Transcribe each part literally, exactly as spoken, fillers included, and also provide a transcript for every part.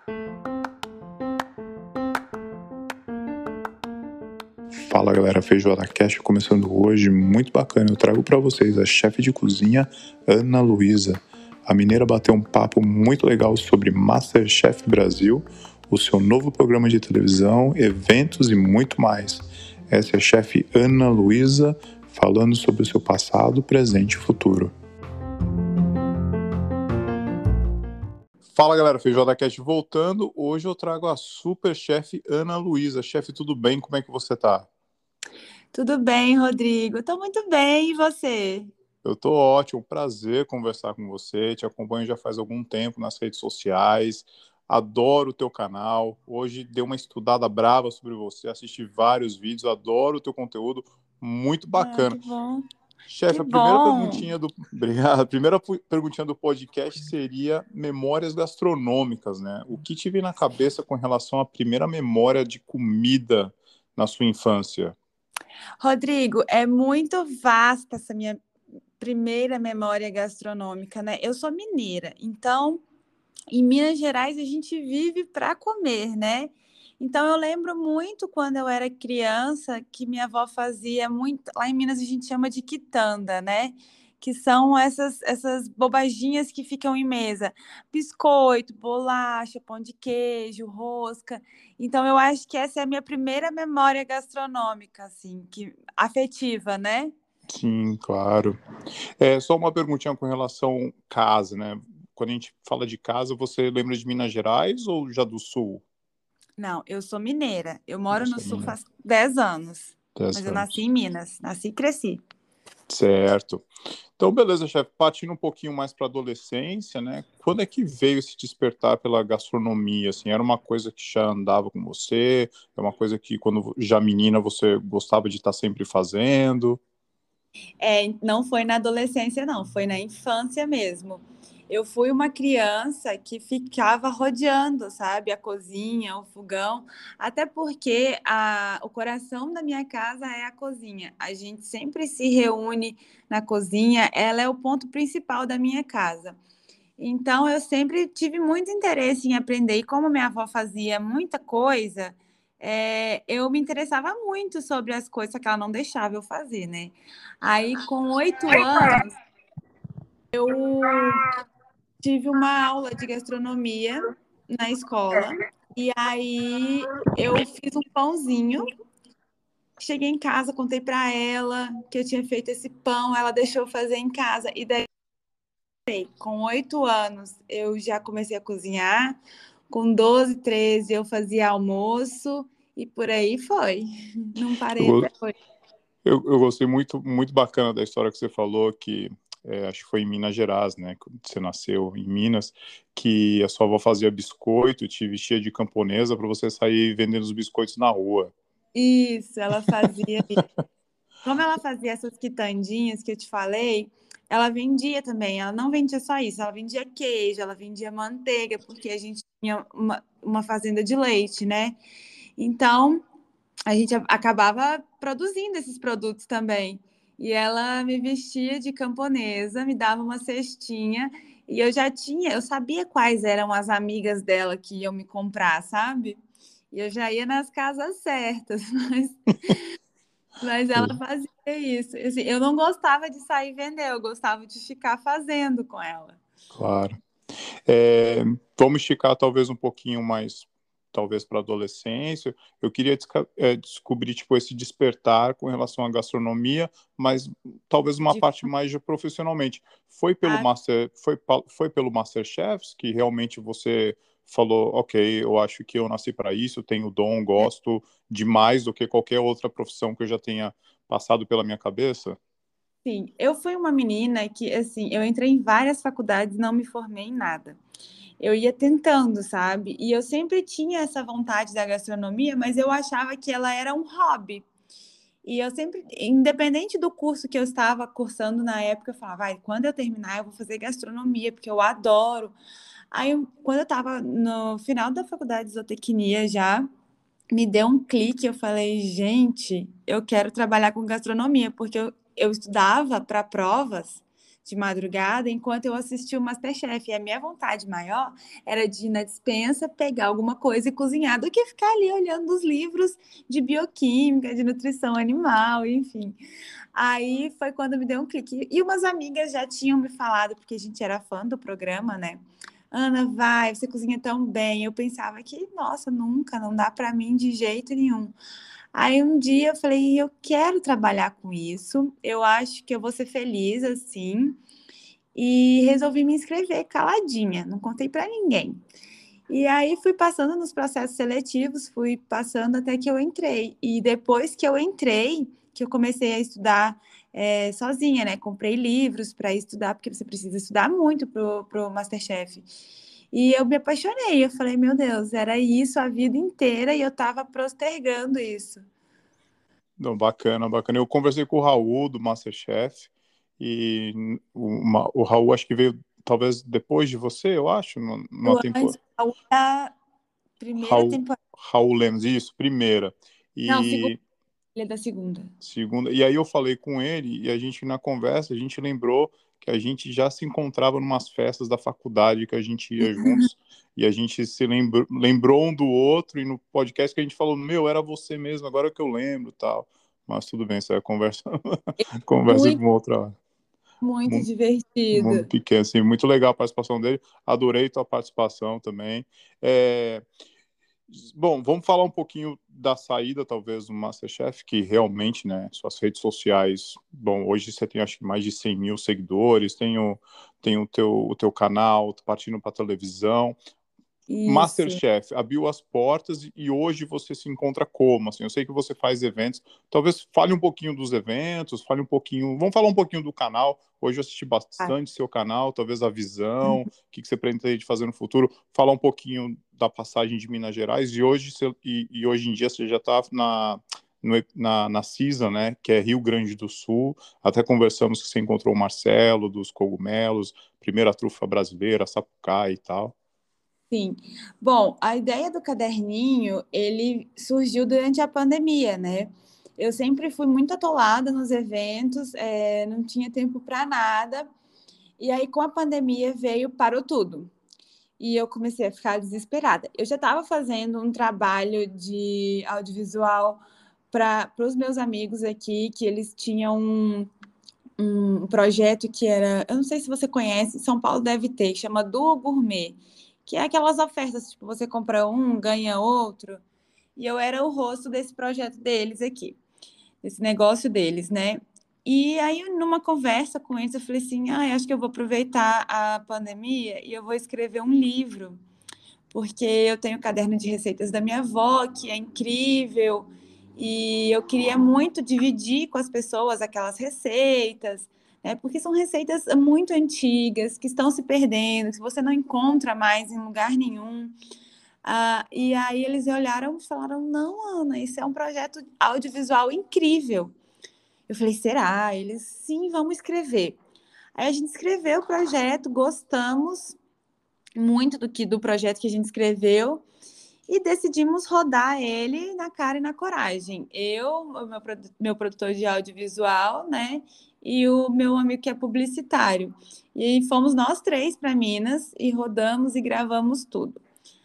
Fala galera, Feijoada Cast começando hoje, muito bacana. Eu trago para vocês a chefe de cozinha Ana Luísa. A mineira bateu um papo muito legal sobre MasterChef Brasil, o seu novo programa de televisão, eventos e muito mais. Essa é a chefe Ana Luísa falando sobre o seu passado, presente e futuro. Fala galera, Feijoada Cast voltando. Hoje eu trago a super chefe Ana Luísa. Chefe, tudo bem? Como é que você tá? Tudo bem, Rodrigo? Tô muito bem, e você? Eu tô ótimo, prazer conversar com você. Te acompanho já faz algum tempo nas redes sociais. Adoro o teu canal. Hoje dei uma estudada brava sobre você, assisti vários vídeos, adoro o teu conteúdo, muito Ah, bacana. que bom. Chefe, Que a primeira bom. perguntinha do, obrigado. A primeira perguntinha do podcast seria memórias gastronômicas, né? O que te vem na cabeça com relação à primeira memória de comida na sua infância? Rodrigo, é muito vasta essa minha primeira memória gastronômica, né? Eu sou mineira, então em Minas Gerais a gente vive para comer, né? Então eu lembro muito quando eu era criança que minha avó fazia muito. Lá em Minas a gente chama de quitanda, né? Que são essas, essas bobaginhas que ficam em mesa: biscoito, bolacha, pão de queijo, rosca. Então eu acho que essa é a minha primeira memória gastronômica, assim, que afetiva, né? Sim, claro. É só uma perguntinha com relação à casa, né? Quando a gente fala de casa, você lembra de Minas Gerais ou já do Sul? Não, eu sou mineira. Eu moro no Nossa, Sul Minas, faz dez anos, dez mas eu nasci anos. em Minas, nasci e cresci. Certo. Então, beleza, chefe. Partindo um pouquinho mais para a adolescência, né? Quando é que veio esse despertar pela gastronomia? Assim, era uma coisa que já andava com você? É uma coisa que, quando já menina, você gostava de estar sempre fazendo? É, não foi na adolescência, não, foi na infância mesmo. Eu fui uma criança que ficava rodeando, sabe, a cozinha, o fogão, até porque a, o coração da minha casa é a cozinha. A gente sempre se reúne na cozinha, ela é o ponto principal da minha casa. Então, eu sempre tive muito interesse em aprender, e como minha avó fazia muita coisa, é, eu me interessava muito sobre as coisas, só que ela não deixava eu fazer, né? Aí, com oito anos, eu tive uma aula de gastronomia na escola, e aí eu fiz um pãozinho. Cheguei em casa, contei para ela que eu tinha feito esse pão, ela deixou eu fazer em casa, e daí, com oito anos, eu já comecei a cozinhar. Com doze, treze, eu fazia almoço e por aí foi. Não parei Eu, até hoje. eu, eu gostei muito, muito bacana da história que você falou, que é, acho que foi em Minas Gerais, né? Quando você nasceu em Minas, que a sua avó fazia biscoito, te vestia de camponesa para você sair vendendo os biscoitos na rua. Isso, ela fazia. Como ela fazia essas quitandinhas que eu te falei, ela vendia também. Ela não vendia só isso, ela vendia queijo, ela vendia manteiga, porque a gente tinha uma, uma fazenda de leite, né? Então, a gente acabava produzindo esses produtos também. E ela me vestia de camponesa, me dava uma cestinha, e eu já tinha, eu sabia quais eram as amigas dela que iam me comprar, sabe? E eu já ia nas casas certas, mas, mas ela fazia isso. Assim, eu não gostava de sair vender, eu gostava de ficar fazendo com ela. Claro. É, vamos esticar talvez um pouquinho mais, talvez para a adolescência. Eu queria desca- é, descobrir tipo esse despertar com relação à gastronomia, mas talvez uma De... parte mais de profissionalmente. Foi pelo Ah, Master, foi, pa- foi pelo MasterChefs que realmente você falou, ok, eu acho que eu nasci para isso, tenho dom, gosto de mais do que qualquer outra profissão que eu já tenha passado pela minha cabeça? sim, eu fui uma menina que, assim, eu entrei em várias faculdades, não me formei em nada. Eu ia tentando, sabe? E eu sempre tinha essa vontade da gastronomia, mas eu achava que ela era um hobby. E eu sempre, independente do curso que eu estava cursando na época, eu falava, vai, quando eu terminar, eu vou fazer gastronomia, porque eu adoro. Aí, eu- quando eu estava no final da faculdade de zootecnia já, me deu um clique, eu falei, gente, eu quero trabalhar com gastronomia, porque eu, eu estudava para provas de madrugada enquanto eu assistia o MasterChef. E a minha vontade maior era de ir na despensa, pegar alguma coisa e cozinhar, do que ficar ali olhando os livros de bioquímica, de nutrição animal, enfim. Aí foi quando me deu um clique. E umas amigas já tinham me falado, porque a gente era fã do programa, né? Ana, vai, você cozinha tão bem. Eu pensava que, nossa, nunca, não dá para mim de jeito nenhum. Aí um dia eu falei, eu quero trabalhar com isso, eu acho que eu vou ser feliz assim, e resolvi me inscrever caladinha, não contei para ninguém. E aí fui passando nos processos seletivos, fui passando até que eu entrei. E depois que eu entrei, que eu comecei a estudar é, sozinha, né? Comprei livros para estudar, porque você precisa estudar muito pro, pro MasterChef. E eu me apaixonei, eu falei, meu Deus, era isso a vida inteira e eu estava postergando isso. Não, bacana, bacana. Eu conversei com o Raul do MasterChef e o, uma, o Raul acho que veio talvez depois de você, eu acho, numa Eu antes temporada. da primeira Raul, temporada. Raul Lemos, isso, primeira. Não, segunda, E ele é da segunda. segunda. E aí eu falei com ele e a gente na conversa, a gente lembrou que a gente já se encontrava numas festas da faculdade que a gente ia juntos e a gente se lembrou, lembrou um do outro e no podcast que a gente falou, meu, era você mesmo, agora que eu lembro, tal. Mas tudo bem, isso é conversa, conversa Muito, com outra hora. muito Mundo, mundo divertido. pequeno, assim, muito legal a participação dele. Adorei tua participação também. É, Bom, vamos falar um pouquinho da saída, talvez, do MasterChef, que realmente, né, suas redes sociais, bom, hoje você tem acho que mais de cem mil seguidores, tem o, tem o teu, o teu canal, tá partindo para televisão. Isso. MasterChef abriu as portas e hoje você se encontra como? Assim, eu sei que você faz eventos, talvez fale um pouquinho dos eventos, fale um pouquinho, vamos falar um pouquinho do canal. Hoje eu assisti Ah, bastante seu canal, talvez a visão, o que, que você pretende fazer no futuro, falar um pouquinho da passagem de Minas Gerais e hoje, você, e, e hoje em dia você já está na, no, na, na CISA, né, que é Rio Grande do Sul, até conversamos que você encontrou o Marcelo dos cogumelos, primeira trufa brasileira, Sapucaí e tal. sim. Bom, a ideia do caderninho, ele surgiu durante a pandemia, né? Eu sempre fui muito atolada nos eventos, é, não tinha tempo para nada. E aí, com a pandemia, veio, parou tudo. E eu comecei a ficar desesperada. Eu já estava fazendo um trabalho de audiovisual para os meus amigos aqui, que eles tinham um, um projeto que era, eu não sei se você conhece, São Paulo deve ter, chama Duo Gourmet, que é aquelas ofertas, tipo, você compra um, ganha outro. E eu era o rosto desse projeto deles aqui, desse negócio deles, né? E aí, numa conversa com eles, eu falei assim: ah, acho que eu vou aproveitar a pandemia e eu vou escrever um livro, porque eu tenho o caderno de receitas da minha avó, que é incrível, e eu queria muito dividir com as pessoas aquelas receitas, né? Porque são receitas muito antigas, que estão se perdendo, que você não encontra mais em lugar nenhum. Ah, e aí eles olharam e falaram: não, Ana, isso é um projeto audiovisual incrível. Eu falei: será? Eles, sim, vamos escrever. Aí a gente escreveu o projeto, gostamos muito do que do projeto que a gente escreveu e decidimos rodar ele na cara e na coragem. Eu, o meu, meu produtor de audiovisual, né? E o meu amigo que é publicitário. E aí fomos nós três para Minas e rodamos e gravamos tudo.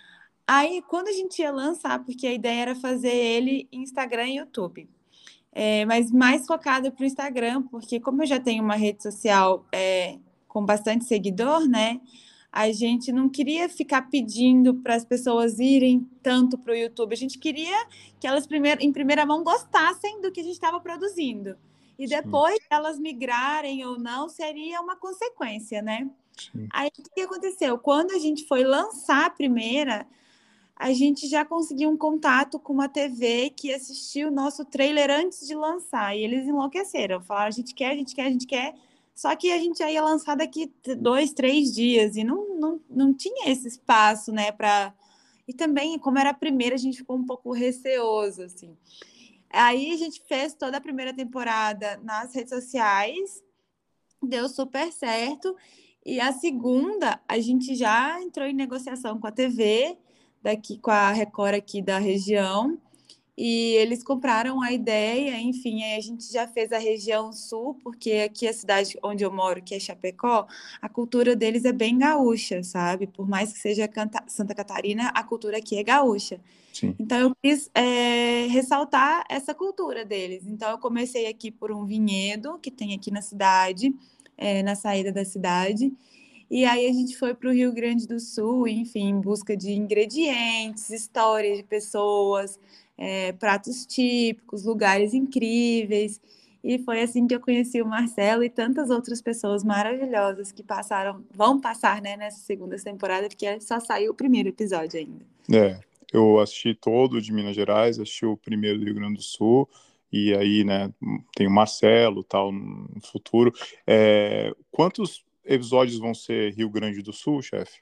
Aí, quando a gente ia lançar, porque a ideia era fazer ele em Instagram e YouTube, é, mas mais focada para o Instagram, porque como eu já tenho uma rede social é, com bastante seguidor, né? A gente não queria ficar pedindo para as pessoas irem tanto para o YouTube. A gente queria que elas, primeiro, em primeira mão, gostassem do que a gente estava produzindo. E Sim, depois elas migrarem ou não, seria uma consequência, né? sim. Aí, o que aconteceu? Quando a gente foi lançar a primeira, a gente já conseguiu um contato com uma T V que assistiu o nosso trailer antes de lançar. E eles enlouqueceram. Falaram: a gente quer, a gente quer, a gente quer. Só que a gente já ia lançar daqui dois, três dias. E não, não, não tinha esse espaço, né? Pra... E também, como era a primeira, a gente ficou um pouco receoso, assim. Aí a gente fez toda a primeira temporada nas redes sociais. Deu super certo. E a segunda, a gente já entrou em negociação com a T V, daqui com a Record aqui da região. E eles compraram a ideia, enfim, aí a gente já fez a região sul, porque aqui a cidade onde eu moro, que é Chapecó, a cultura deles é bem gaúcha, sabe? Por mais que seja Canta- Santa Catarina, a cultura aqui é gaúcha. Sim, Então eu quis é, ressaltar essa cultura deles. Então eu comecei aqui por um vinhedo que tem aqui na cidade, é, na saída da cidade. E aí a gente foi para o Rio Grande do Sul, enfim, em busca de ingredientes, histórias de pessoas, é, pratos típicos, lugares incríveis. E foi assim que eu conheci o Marcelo e tantas outras pessoas maravilhosas que passaram, vão passar, né, nessa segunda temporada, porque só saiu o primeiro episódio ainda. é. Eu assisti todo de Minas Gerais, assisti o primeiro do Rio Grande do Sul, e aí, né, tem o Marcelo, tal, no futuro. É, quantos episódios vão ser Rio Grande do Sul, chefe?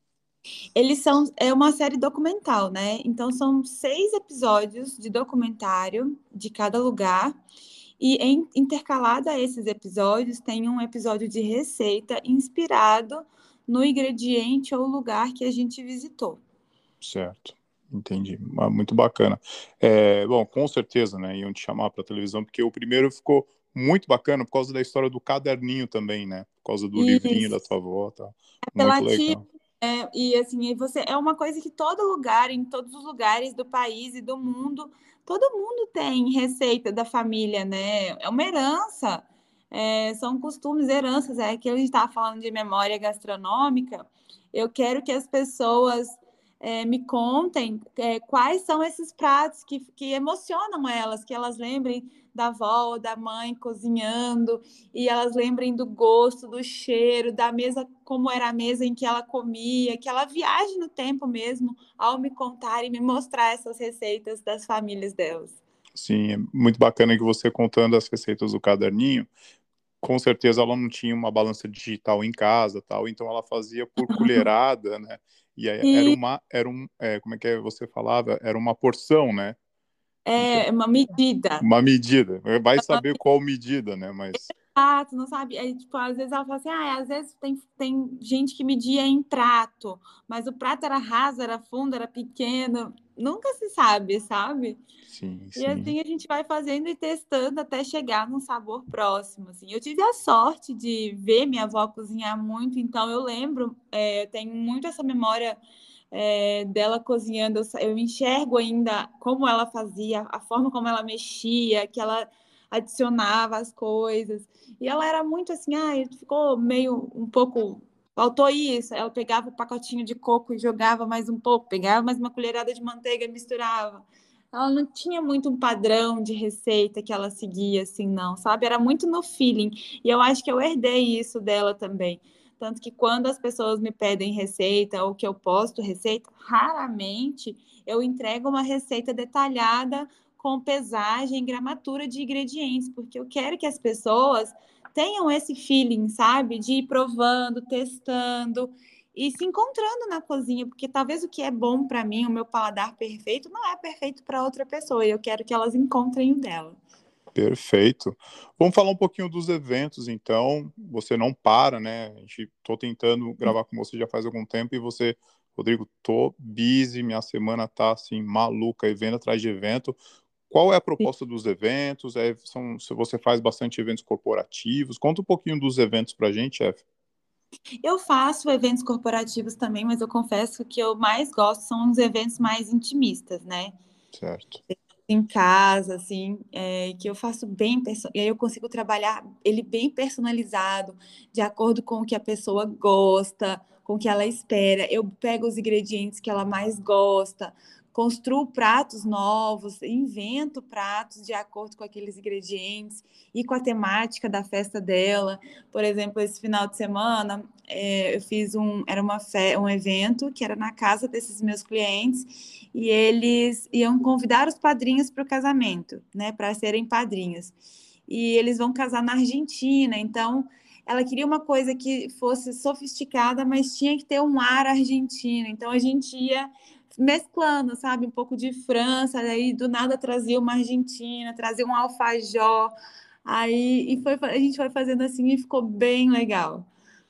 Eles são, é uma série documental, né? Então são seis episódios de documentário de cada lugar. E em, intercalado a esses episódios, tem um episódio de receita inspirado no ingrediente ou lugar que a gente visitou. Certo, entendi. Ah, muito bacana. É, bom, com certeza, né, iam te chamar para televisão, porque o primeiro ficou muito bacana por causa da história do caderninho também, né? Por causa do livrinho da Isso. tua avó, tá? Muito Apelativo. legal. É, e assim, e você é uma coisa que todo lugar, em todos os lugares do país e do mundo, todo mundo tem receita da família, né? É uma herança, é, são costumes, heranças, é que a gente estava falando de memória gastronômica. Eu quero que as pessoas é, me contem é, quais são esses pratos que, que emocionam elas, que elas lembrem da avó ou da mãe cozinhando e elas lembrem do gosto, do cheiro, da mesa, como era a mesa em que ela comia, que ela viaje no tempo mesmo ao me contar e me mostrar essas receitas das famílias delas. Sim, é muito bacana que você contando as receitas do caderninho, com certeza ela não tinha uma balança digital em casa, tal, então ela fazia por colherada, né? E aí era E uma, era um, é, como é que você falava? Era uma porção, né? Então, é uma medida. uma medida. Vai saber qual medida, né? Mas Ah, tu não sabe? Aí, tipo, às vezes ela fala assim, ah, às vezes tem, tem gente que media em prato, mas o prato era raso, era fundo, era pequeno. Nunca se sabe, sabe? sim, E sim. assim a gente vai fazendo e testando até chegar num sabor próximo, assim. Eu tive a sorte de ver minha avó cozinhar muito, então eu lembro, é, eu tenho muito essa memória, é, dela cozinhando. Eu, eu enxergo ainda como ela fazia, a forma como ela mexia, que ela adicionava as coisas. E ela era muito assim, ah, ficou meio um pouco. Faltou isso. Ela pegava o pacotinho de coco e jogava mais um pouco, pegava mais uma colherada de manteiga e misturava. Ela não tinha muito um padrão de receita que ela seguia, assim, não, sabe? Era muito no feeling. E eu acho que eu herdei isso dela também. Tanto que quando as pessoas me pedem receita ou que eu posto receita, raramente eu entrego uma receita detalhada com pesagem, gramatura de ingredientes, porque eu quero que as pessoas tenham esse feeling, sabe? De ir provando, testando e se encontrando na cozinha, porque talvez o que é bom para mim, o meu paladar perfeito, não é perfeito para outra pessoa, e eu quero que elas encontrem o dela. Perfeito. Vamos falar um pouquinho dos eventos, então. Você não para, né? A gente tô tentando gravar com você já faz algum tempo e você, Rodrigo, tô busy, minha semana tá assim maluca, evento atrás de evento. Qual é a proposta dos eventos? É, são, se você faz bastante eventos corporativos, conta um pouquinho dos eventos pra gente, chefe. Eu faço eventos corporativos também, mas eu confesso que o que eu mais gosto são os eventos mais intimistas, né? Certo. Em casa, assim, é, que eu faço bem, perso- e aí eu consigo trabalhar ele bem personalizado, de acordo com o que a pessoa gosta, com o que ela espera. Eu pego os ingredientes que ela mais gosta, construo pratos novos, invento pratos de acordo com aqueles ingredientes e com a temática da festa dela. Por exemplo, esse final de semana, é, eu fiz um, era uma fe, um evento que era na casa desses meus clientes e eles iam convidar os padrinhos para o casamento, né, para serem padrinhos. E eles vão casar na Argentina, então ela queria uma coisa que fosse sofisticada, mas tinha que ter um ar argentino. Então a gente ia mesclando, sabe, um pouco de França, aí do nada trazia uma Argentina, trazia um alfajor. Aí e foi, a gente foi fazendo assim e ficou bem legal.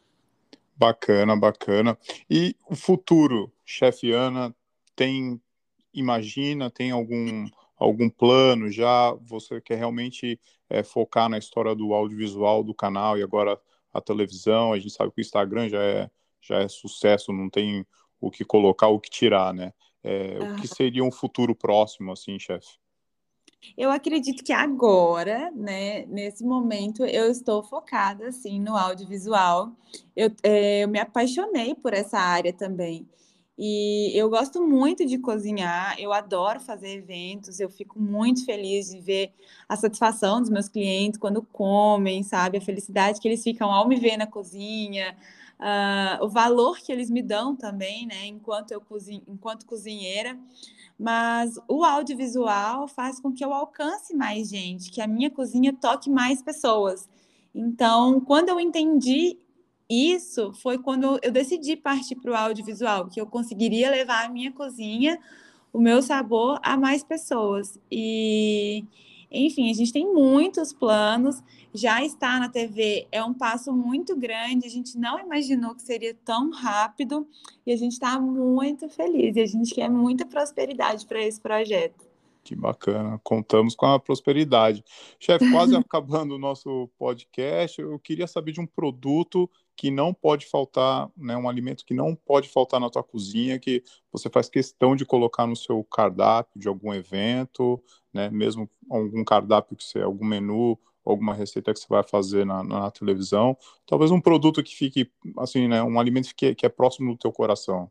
Bacana, bacana. E o futuro, chefe Ana, tem, imagina, tem algum algum plano já? Você quer realmente é, focar na história do audiovisual do canal e agora a televisão? A gente sabe que o Instagram já é, já é sucesso, não tem o que colocar, o que tirar, né? É, o que seria um futuro próximo, assim, chefe? Eu acredito que agora, né, nesse momento, eu estou focada, assim, no audiovisual. Eu, é, eu me apaixonei por essa área também. E eu gosto muito de cozinhar, eu adoro fazer eventos, eu fico muito feliz de ver a satisfação dos meus clientes quando comem, sabe? A felicidade que eles ficam ao me ver na cozinha, ah, o valor que eles me dão também, né, enquanto eu cozinho, enquanto cozinheira. Mas o audiovisual faz com que eu alcance mais gente, que a minha cozinha toque mais pessoas. Então, quando eu entendi isso, foi quando eu decidi partir para o audiovisual, que eu conseguiria levar a minha cozinha, o meu sabor a mais pessoas. E, enfim, a gente tem muitos planos. Já estar na T V é um passo muito grande. A gente não imaginou que seria tão rápido e a gente está muito feliz. E a gente quer muita prosperidade para esse projeto. Que bacana, contamos com a prosperidade. Chefe, quase acabando o nosso podcast, eu queria saber de um produto que não pode faltar, né, um alimento que não pode faltar na tua cozinha, que você faz questão de colocar no seu cardápio de algum evento, né, mesmo algum cardápio que você, algum menu, alguma receita que você vai fazer na, na televisão. Talvez um produto que fique, assim, né, um alimento que, que é próximo do teu coração.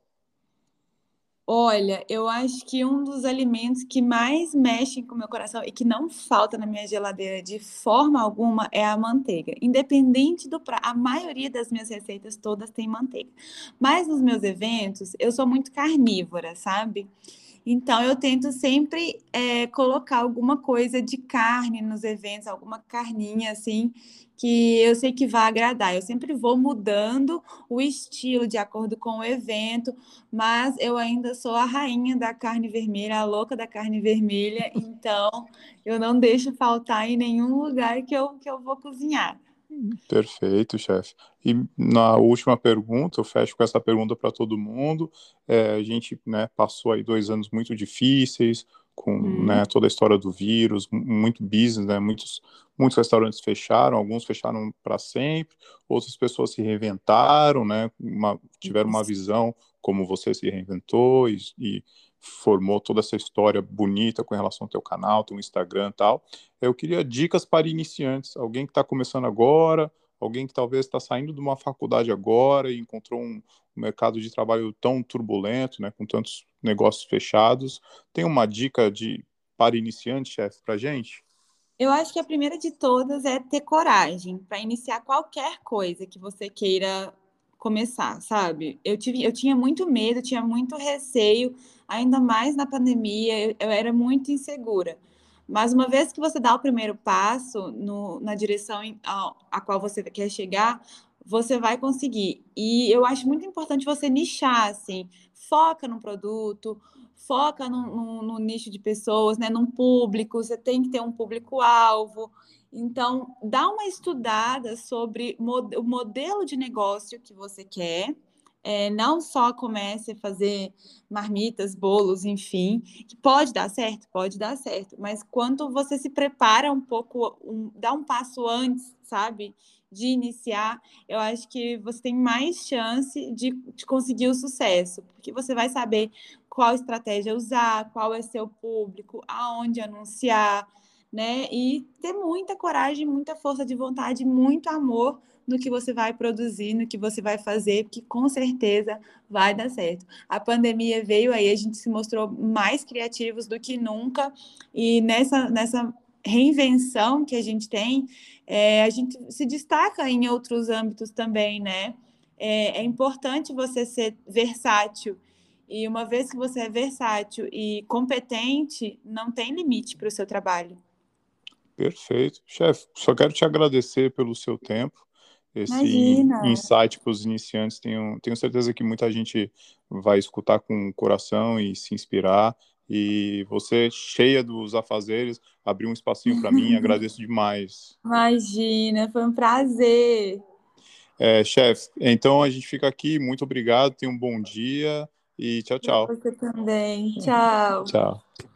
Olha, eu acho que um dos alimentos que mais mexem com o meu coração e que não falta na minha geladeira de forma alguma é a manteiga. Independente do prato, a maioria das minhas receitas todas tem manteiga. Mas nos meus eventos, eu sou muito carnívora, sabe? Então, eu tento sempre é, colocar alguma coisa de carne nos eventos, alguma carninha assim, que eu sei que vai agradar. Eu sempre vou mudando o estilo de acordo com o evento, mas eu ainda sou a rainha da carne vermelha, a louca da carne vermelha, então eu não deixo faltar em nenhum lugar que eu, que eu vou cozinhar. Perfeito, chefe. E na última pergunta, eu fecho com essa pergunta para todo mundo. É, a gente, né, passou aí dois anos muito difíceis, com, Hum. né, toda a história do vírus, muito business, né, muitos, muitos restaurantes fecharam, alguns fecharam para sempre, outras pessoas se reinventaram, né, uma, tiveram uma visão como você se reinventou e, e formou toda essa história bonita com relação ao teu canal, teu Instagram e tal. Eu queria dicas para iniciantes, alguém que está começando agora, alguém que talvez está saindo de uma faculdade agora e encontrou um, um mercado de trabalho tão turbulento, né, com tantos negócios fechados. Tem uma dica de para iniciante, chefe, para gente? Eu acho que a primeira de todas é ter coragem para iniciar qualquer coisa que você queira começar, sabe? Eu tive, eu tinha muito medo, tinha muito receio, ainda mais na pandemia, eu, eu era muito insegura. Mas uma vez que você dá o primeiro passo no- na direção em- a, a qual você quer chegar, você vai conseguir. E eu acho muito importante você nichar, assim, foca no produto, foca no, no- no nicho de pessoas, né, num público, você tem que ter um público-alvo. Então, dá uma estudada sobre mo- o modelo de negócio que você quer. É, não só comece a fazer marmitas, bolos, enfim, que pode dar certo, pode dar certo, mas quando você se prepara um pouco, um, dá um passo antes, sabe, de iniciar, eu acho que você tem mais chance de, de conseguir o sucesso, porque você vai saber qual estratégia usar, qual é seu público, aonde anunciar, né? E ter muita coragem, muita força de vontade, muito amor no que você vai produzir, no que você vai fazer, porque com certeza vai dar certo. A pandemia veio aí, a gente se mostrou mais criativos do que nunca, e nessa, nessa reinvenção que a gente tem, é, a gente se destaca em outros âmbitos também, né? É, é importante você ser versátil. E uma vez que você é versátil e competente, não tem limite para o seu trabalho. Perfeito. Chefe, só quero te agradecer pelo seu tempo, esse Imagina, insight para os iniciantes. Tenho, tenho certeza que muita gente vai escutar com o coração e se inspirar. E você, cheia dos afazeres, abriu um espacinho para mim. Agradeço demais. imagina, foi um prazer. É, chefe, então a gente fica aqui. Muito obrigado. Tenha um bom dia e tchau, Para tchau. você também. Tchau. Tchau.